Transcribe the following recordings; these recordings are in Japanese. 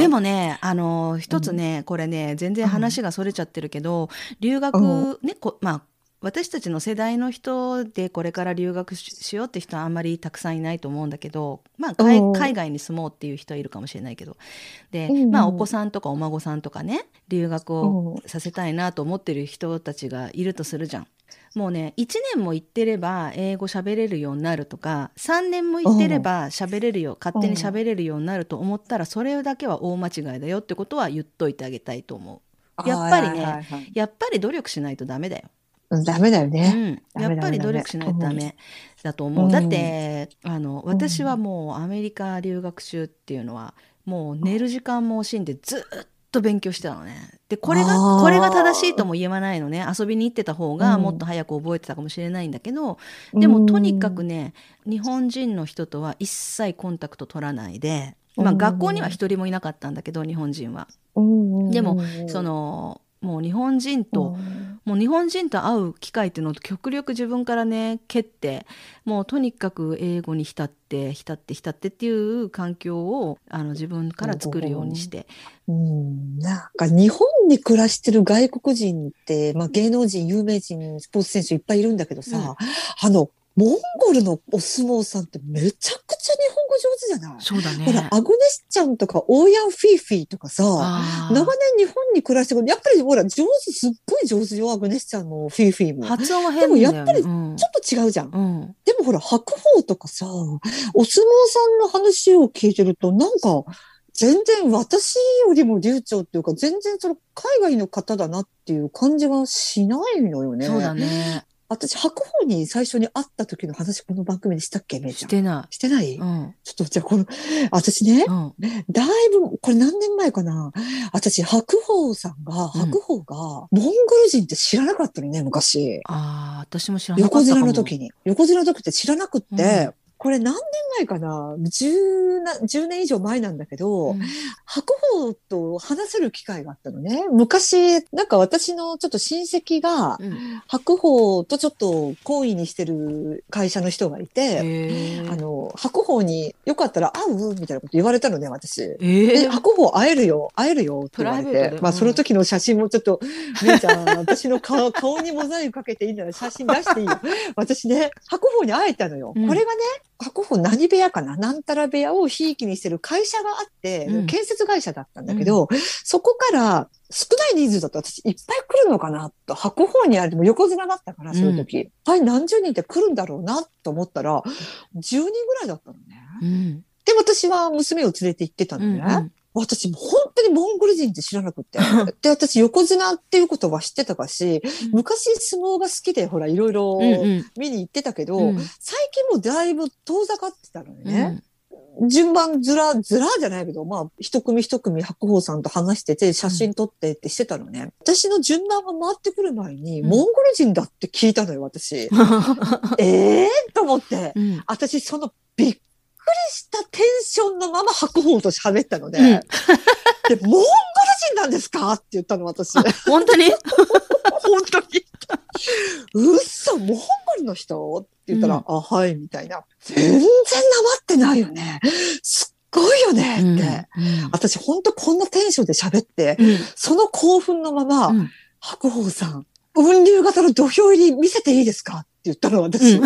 でもね、 うん。 一つね、これね、全然うん。 話がそれちゃってるけど、留うん。 学、ね、まあ、私たちの世代の人でこれから留学しようって人はあんまりたくさんいないと思うんだけど、まあ、 うん。 海外に住もうっていう人はいるかもしれないけど、で、 うまあ、おん。 子さんとかお孫さんとかね、留学をうん。 させたいなと思ってる人たちがいるとするじゃん。もうね、1年も行ってれば英語喋れるようになるとか、3年も行ってれうん。 ば喋れるよ、勝う手に喋ん。 れるようになると思ったら、それだけは大間違いだよってことは言っといてあげたいと思う。やっはいはいぱりね、 はいはい。 やっぱり努力しないとダメだよ。 うん、ダメだよね。 うん、 ダメダやっぱりメダメ。 努力しなうん。 いとダメだと思う。だっうん。 て、 うん。 私はもうアメリカ留学中っていうのは、もう寝る時間も惜しんでずっと勉強してたのね。で、これが正しいとああも言わないのね。遊びに行ってた方ー、うがもっとん。 早く覚えてたかもしれないんだけど、 うでもとにかくん。 ね、日本人の人とは一切コンタクト取らないで、 うまあ学校にはん。 一人もいなかったんだけど、日本人は。 うでも、 ん。うん。 もう日本人うと、 ん。 もう日本人と会う機会っていうのを極力自分からね、蹴って、もうとにかく英語に浸って、浸って、浸ってっていう環境を、自分から作るようにして。 うん、なんか日本に暮らしてる外国人って、まあ芸能人、有名人、スポーツ選手いっぱいいるんだけどうん。 さ、モンゴルのお相撲さんってめちゃくちゃ日本語上手じゃない？ そうだほら、 ね。 アグネスちゃんとかオーヤンフィーフィーとかさ、長ああ、 年日本に暮らしてる、やっぱりほら、すっごい上手よ、アグネスちゃんもフィーフィーも。 発音はでも変だよね。 やっぱりちょうん。 っと違うじゃん。 うん。 でもほら、白鵬とかさ、お相撲さんの話を聞いてると、なんか、全然私よりも流暢っていうか、全然その海外の方だなっていう感じがしないのよそうだね。 ね。 私、白鵬に最初に会った時の話、この番組でしたっけ、めいちゃん。 してなしてない。うい？ ん。 ちょっと、じゃあ、私ね、 うん。 だいぶ、これ何年前かな。私、 うん。 白鵬が、モンゴル人って知らなかったのね、昔。 ああ、私も知らなかったかも。 横綱の時って知らなくって、 うん。 これ何年前かな？ 10 年以上前なんだけど、 うん。 白鵬と話せる機会があったのね。昔、なんか私のちょっと親戚が、 うん。 白鵬とちょっと懇意にしてる会社の人がいへて、 え。 白鵬によかったら会うみたいなこと言われたのね、私。で、 ええ。 白鵬会えるよってプ言われて。 ライベートで。 まあ、そのうん。 時の写真もちょっと、めいちゃん、私の顔にモザイクかけていいなら写真出していいよ。私ね、白鵬に会えたのよ。 うん。 これがね、白鵬何部屋かな、なんたら部屋をひいきにしてる会社があって、 うん。 建設会社だったんうん。 だけど、そこから少ない人数だと私いっぱい来るのかなと、白鵬にあれでも横綱だったから、 うん。 そういう時。いっぱい何十人って来るんだろうなと思ったら、10人ぐらいだったのね。 うん。 で、私は娘を連れて行ってたうん。 のね。 うん。 私、本当にモンゴル人って知らなくて。で、私、横綱っていうことは知ってたかし、 うん。 昔相撲が好きで、ほら、いろいうん。 ろうん。 見に行ってたけど、 うん。 最近もだいぶ遠ざかってたのよね。 うん。 順番ずらじゃないけど、まあ、一組一組白鵬さんと話してて、写真撮ってってしてたのね。私の順番が回ってくる前に、 うん。 モンゴル人だって聞いたのよ、私。ええー、と思って。 うん。 私、そのびっくりしたテンションのまま白鵬と喋ったのうん。 で、で、モンゴル人なんですかって言ったの、私。 あ、本当に。 本当に。モンゴルの人って言ったら、 うん。 あ、はい、みたいな。全然なまってないよね。すっごいよねうん。 って。 うん。 私、本当こんなテンションで喋って、 うん。 その興奮のまま、 うん。 白鵬さん、雲竜型の土俵入り見せていいですかって言ったの、 うん。 私。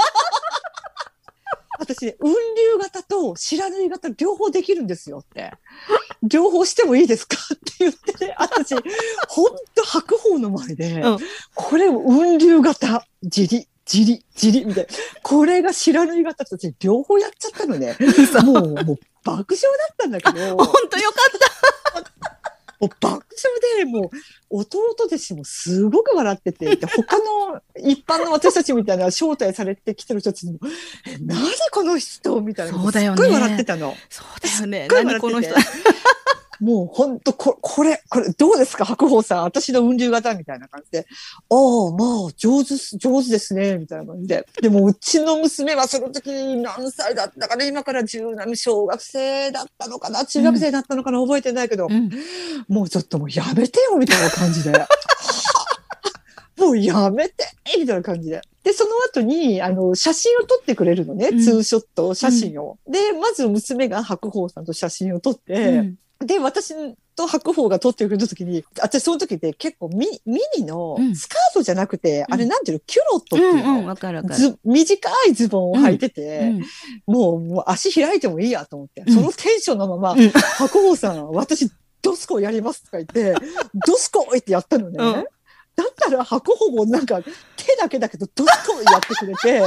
私、雲竜型と白縫い型両方できるんですよって。両方してもいいですかって言ってね、私、ほんと白鵬の前で、 うん。 これ雲竜型、じり、みたいな。これが白縫い型って私両方やっちゃったのね。 嘘。 もう爆笑だったんだけ本ど、 当よかっもう爆笑で、もう弟弟子もすごく笑ってて、で他の一般の私たちみたいな招待されてきてる人たちも、何この人みたいた。 なことそうだすっごい笑っよね。 てたの。 そうだすっよね。 ごい何この人。 笑ってて。もうほんと、これ、どうですか白鵬さん、私の雲流型みたいな感じで。ああ、まあ、上手ですね、みたいな感じで。でも、うちの娘はその時何歳だったかな、今から17、小学生だったのかな、中学うん。 生だったのかな、覚えてないけど、 うん。 もうちょっともうやめてよ、みたいな感じで。もうやめてみたいな感じで。で、その後に、写真を撮ってくれるのね。 うん。 ツーショット写うん。 真を。で、まず娘が白鵬さんと写真を撮って、 うん。 で、私と白鵬が撮ってくれた時に、私その時って結構ミニのスカートじゃなくて、あれなんていうの、キュロットっていうの、 わかるわかる。 短いズボンを履いてて、もう足開いてもいいやと思って、そのテンションのまま、白鵬さん、私、ドスコやりますとか言って、ドスコってやったのね。だったら白鵬もなんか手だけだけどドスコやってくれて、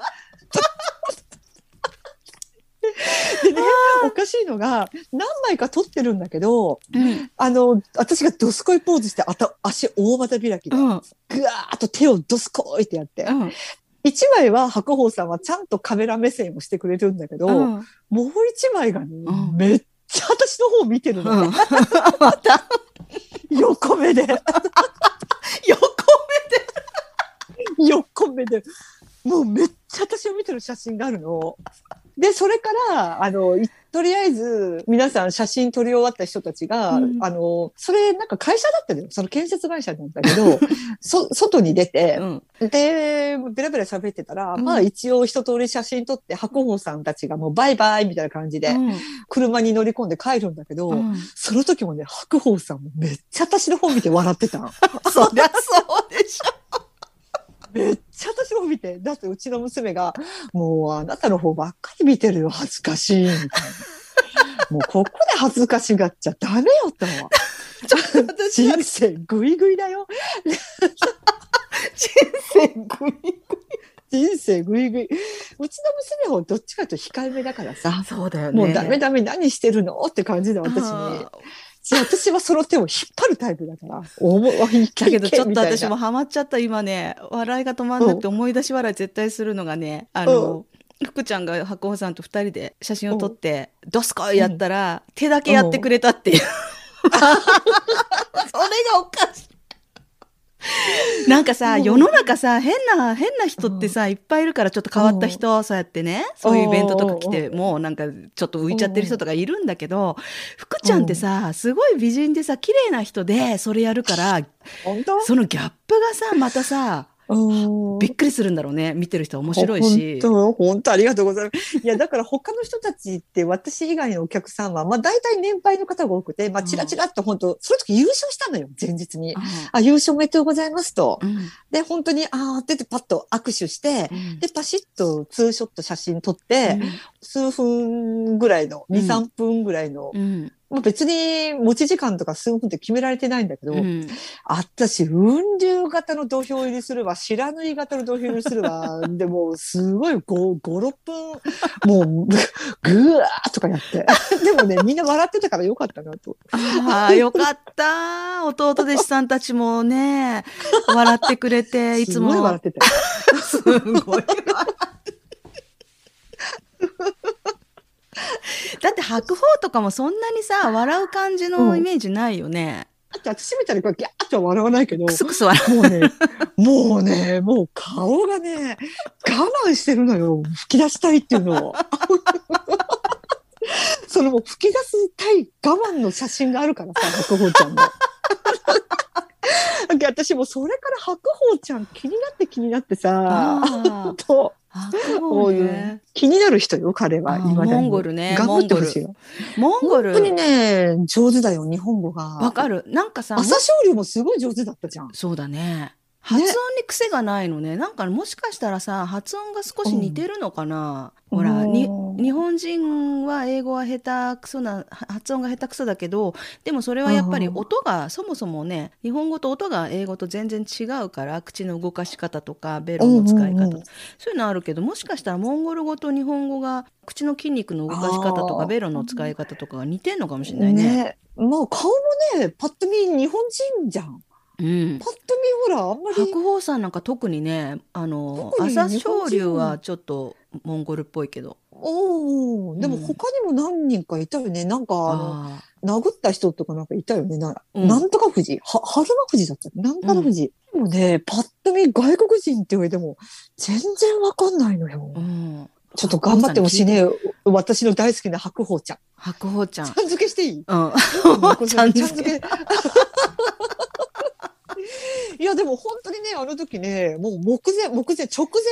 でね、おかしいのが、何枚か撮ってるんだけど、私がドスコイポーズして、足大股開きで、ぐわーっと手をドスコイってやって、一枚は白鵬さんはちゃんとカメラ目線をしてくれるんだけど、もう一枚がね、めっちゃ私の方見てるのね。 また横目で。横目で。もうめっちゃ私を見てる写真があるの。で、それから、とりあえず、皆さん写真撮り終わった人たちが、それなんか会社だったのよ。その建設会社なんだけど、外に出て、で、ベラベラ喋ってたら、まあ一応一通り写真撮って、白鵬さんたちがもうバイバイみたいな感じで、車に乗り込んで帰るんだけど、その時もね、白鵬さんもめっちゃ私の方見て笑ってた。 そりゃそうでしょ。 めっちゃ私の方見て、だってうちの娘が、もうあなたの方ばっかり見てるよ、恥ずかしい、みたいな。もうここで恥ずかしがっちゃダメよとは。人生グイグイだよ。 人生グイグイ。 人生グイグイ。うちの娘もどっちかというと控えめだからさ。 そうだよね。 もうダメダメ何してるのって感じで私に。私はその手を引っ張るタイプだから。 だけどちょっと私もハマっちゃった今ね、笑いが止まんなくて思い出し笑い絶対するのがね、福ちゃんが白鵬さんと2人で写真を撮って、ドスコイやったら、手だけやってくれたっていう。それがおかしい。なんかさ、世の中さ、変な人ってさ、いっぱいいるから、ちょっと変わった人、そうやってね、そういうイベントとか来て、もうなんかちょっと浮いちゃってる人とかいるんだけど、福ちゃんってさ、すごい美人でさ、綺麗な人で、それやるから、そのギャップがさ、またさ、びっくりするんだろうね。見てる人は面白いし。 本当ありがとうございます。いや、だから他の人たちって私以外のお客さんは、まあ大体年配の方が多くて、まあチラチラっと本当、その時優勝したのよ、前日に。優勝おめでとうございますと。で、本当に、ってパッと握手して、で、パシッとツーショット写真撮って、数分ぐらいの、2、3分ぐらいの、まあ、別に持ち時間とか数分って決められてないんだけど、私、雲龍型の土俵入りするわ、白縫い型の土俵入りするわ、でもすごい5、6分、もう、ぐわーとかやって。でもね、みんな笑ってたからよかったなと。 ああ、よかった。弟弟子さんたちもね、笑ってくれて、いつも。 すごい笑ってた。 すごい笑ってだって白鵬とかもそんなにさ、笑う感じのイメージないよね。 だって私みたいにこうギャーッとは笑わないけど、 クスクス笑う。もう顔がね、我慢してるのよ。吹き出したいっていうのを。そのもう吹き出すたい我慢の写真があるからさ、白鵬ちゃんの。私もそれから白鵬ちゃん気になってさ、気になる人よ、彼は。 モンゴルね。 頑張ってほしいよ。 モンゴル。 本当にね、上手だよ、日本語が。 わかる。なんかさ、 朝青龍もすごい上手だったじゃん。 そうだね。発音に癖がないのね。なんかもしかしたらさ、発音が少し似てるのかな。ほら、日本人は英語は下手くそな、発音が下手くそだけど、でもそれはやっぱり音が、そもそもね、日本語と音が英語と全然違うから、口の動かし方とか、ベロの使い方、そういうのあるけど、もしかしたらモンゴル語と日本語が、口の筋肉の動かし方とか、ベロの使い方とかが似てんのかもしれないね。 まあ顔もね、パッと見日本人じゃん。パッと見ほらあんまり白鵬さんなんか特にね朝青龍はちょっとモンゴルっぽいけどでも他にも何人かいたよね。なんか殴った人とかなんかいたよね。なんとか富士春馬富士だったなんとか富士、でもねパッと見外国人って言われても全然わかんないのよ、ちょっと頑張ってほしいね。私の大好きな白鵬ちゃん。 白鵬ちゃん。 ちゃん付けしていい？ ちゃん付け。 いやでも本当にね、あの時ね、もう直前で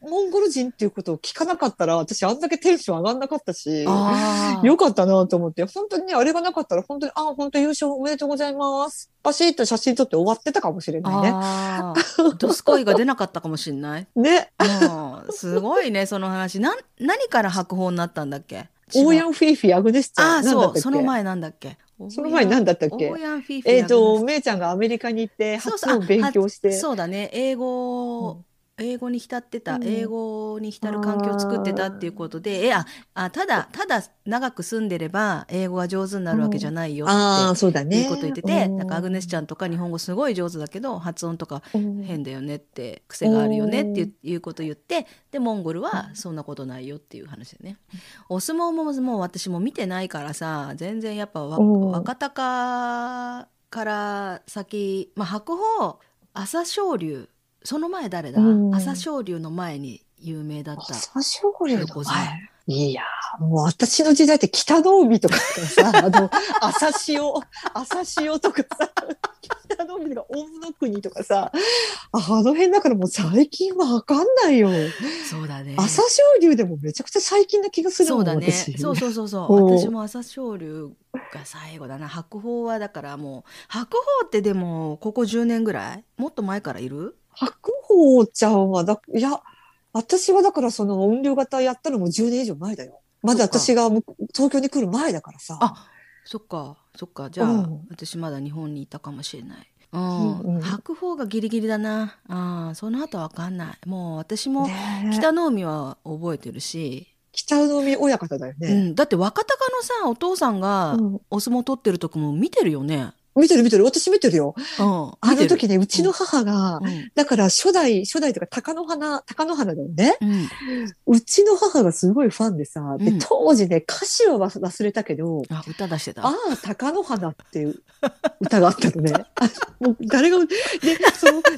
モンゴル人っていうことを聞かなかったら、私あんだけテンション上がんなかったし、 あよかったなと思って、本当にね、あれがなかったら、本当に、本当優勝おめでとうございます。パシッと写真撮って終わってたかもしれないね。 ドスコイが出なかったかもしんない。 ね。 すごいね、その話。何から白鵬になったんだっけ？ オーヤンフィーフィーアグネスちゃん。なんだそう、 ったっけ？ その前なんだっけ？ その前なんだったっけ？ オーヤンフィーフィーアグネス。 めいちゃんがアメリカに行ってそうそう、 発音勉強して。 そうだね、英語に浸ってた、英語に浸る環境を作ってたっていうことで、ただ長く住んでれば英語が上手になるわけじゃないよってそうだいうこと言ね。 ってて、なんかアグネスちゃんとか日本語すごい上手だけど発音とか変だよねって、癖があるよねっていうこと言って、でモンゴルはそんなことないよっていう話でね。お相撲ももう私も見てないからさ、全然やっぱ若隆から先、白鵬、朝青龍、その前誰だ？朝青龍の前に有名だった朝青龍の横綱。 いやもう私の時代って北の海とかさ、朝潮とかさ、北の海とか大野国とかさ、あの辺だからもう最近はわかんないよ。 そうだね。 朝青龍でもめちゃくちゃ最近な気がするもん。 そうだね。 私そう。私も朝青龍が最後だな。白鵬はだからもう、白鵬ってでもここ10年ぐらい？もっと前からいる？ 白鵬ちゃんはいや、私はだからその雲龍型やったのも10年以上前だよ。まだ私が東京に来る前だからさ。 そっか。じゃあ、私まだ日本にいたかもしれない。白鵬がギリギリだな。その後は分かんない。もう私も北の海は覚えてるし。 北の海親方だよね。 だって若隆のさ、お父さんがお相撲取ってるとこも見てるよね。 見てる。私見てるよ。あの時ね、うちの母が、だから初代というか貴乃花だよね。うちの母がすごいファンでさ、で、当時ね、歌詞は忘れたけど、 歌出してた。 貴乃花っていう歌があったのね。もう誰が、で、その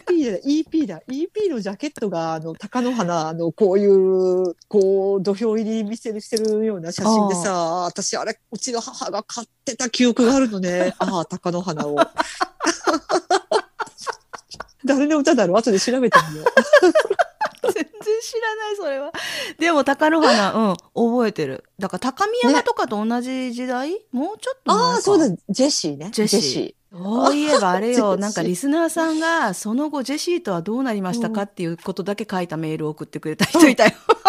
EP のジャケットが、貴乃花のこういう、土俵入りしてるような写真でさ、私あれ、うちの母が買ってた記憶があるのね。貴乃花を。誰の歌だろう？後で調べてみよう。 全然知らない、それは。でも、貴乃花、覚えてる。だから、高見山とかと同じ時代、もうちょっと前か。 そうだ、ジェシーね。 ジェシー。そういえばあれよ、なんかリスナーさんが、その後ジェシーとはどうなりましたかっていうことだけ書いたメールを送ってくれた人いたよ。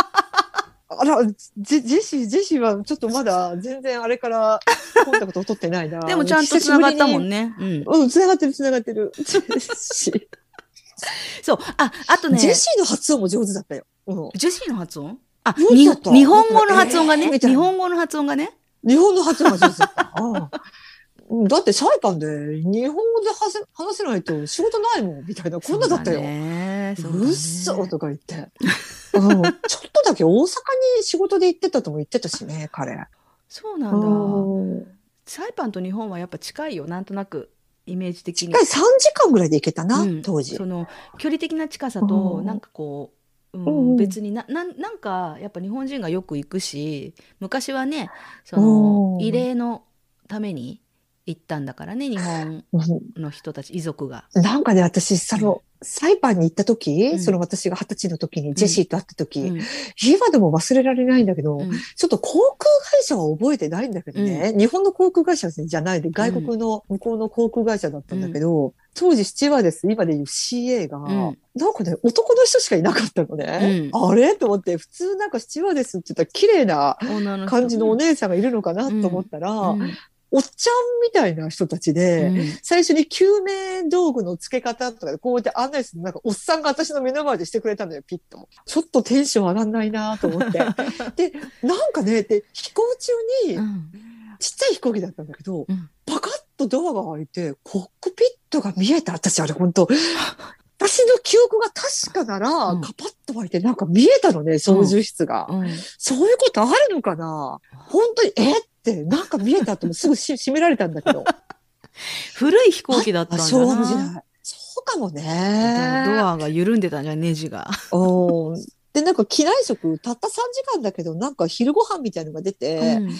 ジェシーはちょっとまだ全然あれからコンタクトを取ってないな。 でもちゃんと繋がったもんね。 繋がってる。ジェシー。 そう。あとね。 ジェシーの発音も上手だったよ。 ジェシーの発音？日本語の発音がね。日本の発音が上手だった。だってサイパンで日本語で話せないと仕事ないもんみたいな、こんなだったよ。うっそとか言って。ちょっとだけ大阪に仕事で行ってたとも言ってたしね、彼。 そうなんだ。サイパンと日本はやっぱ近いよ、なんとなく。イメージ的に。 近い3時間ぐらいで行けたな、当時。 その距離的な近さと、なんかこう、別になんかやっぱ日本人がよく行くし、昔はね、その慰霊のために行ったんだからね、日本の人たち、遺族が。 なんかね、私、サイパンに行った時、その私が20歳の時にジェシーと会った時、今でも忘れられないんだけど、ちょっと航空会社は覚えてないんだけどね、日本の航空会社じゃないで、外国の向こうの航空会社だったんだけど、当時スチュワーデス、今でいう CA が、なんかね、男の人しかいなかったのね。あれと思って、普通なんかスチュワーデスって言ったら綺麗な感じのお姉さんがいるのかなと思ったら、おっちゃんみたいな人たちで、最初に救命道具の付け方とかでこうやって案内する、なんかおっさんが私の目の前でしてくれたのよ、ピッと。ちょっとテンション上がんないなと思って。で、なんかね、飛行中に、ちっちゃい飛行機だったんだけど、パカッとドアが開いて、コックピットが見えた。私あれ本当私の記憶が確かなら、カパッと開いてなんか見えたのね、操縦室が。そういうことあるのかな？本当に、ってなんか見えた後もすぐ閉められたんだけど。 古い飛行機だったんだな。 昭和の時代。そうかもね。 ドアが緩んでたんじゃん、ネジが。 で、なんか機内食、たった3時間だけど、なんか昼ご飯みたいのが出て、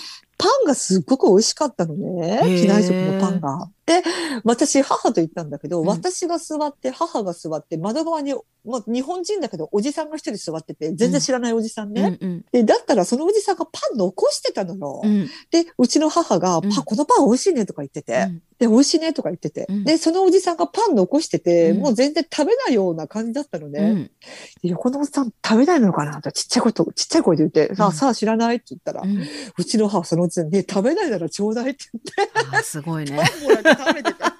パンがすっごく美味しかったのね。機内食のパンが。で、私、母と行ったんだけど、私が座って、母が座って、窓側に、日本人だけど、おじさんが一人座ってて、全然知らないおじさんね。で、だったら、そのおじさんがパン残してたのよ。で、うちの母が、このパン美味しいねとか言ってて、で、美味しいねとか言ってて、で、そのおじさんがパン残してて、もう全然食べないような感じだったのね。で、横のおじさん食べないのかなと、ちっちゃい声で言って、さあ知らないって言ったら、うちの母そのうちに、ね、食べないならちょうだいって言って。 すごいね。 パンもらって食べてた。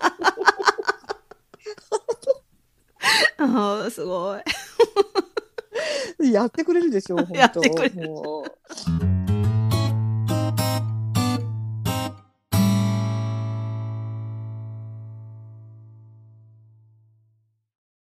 ああ、すごい。 やってくれるでしょ、本当。 やってくれる。 もう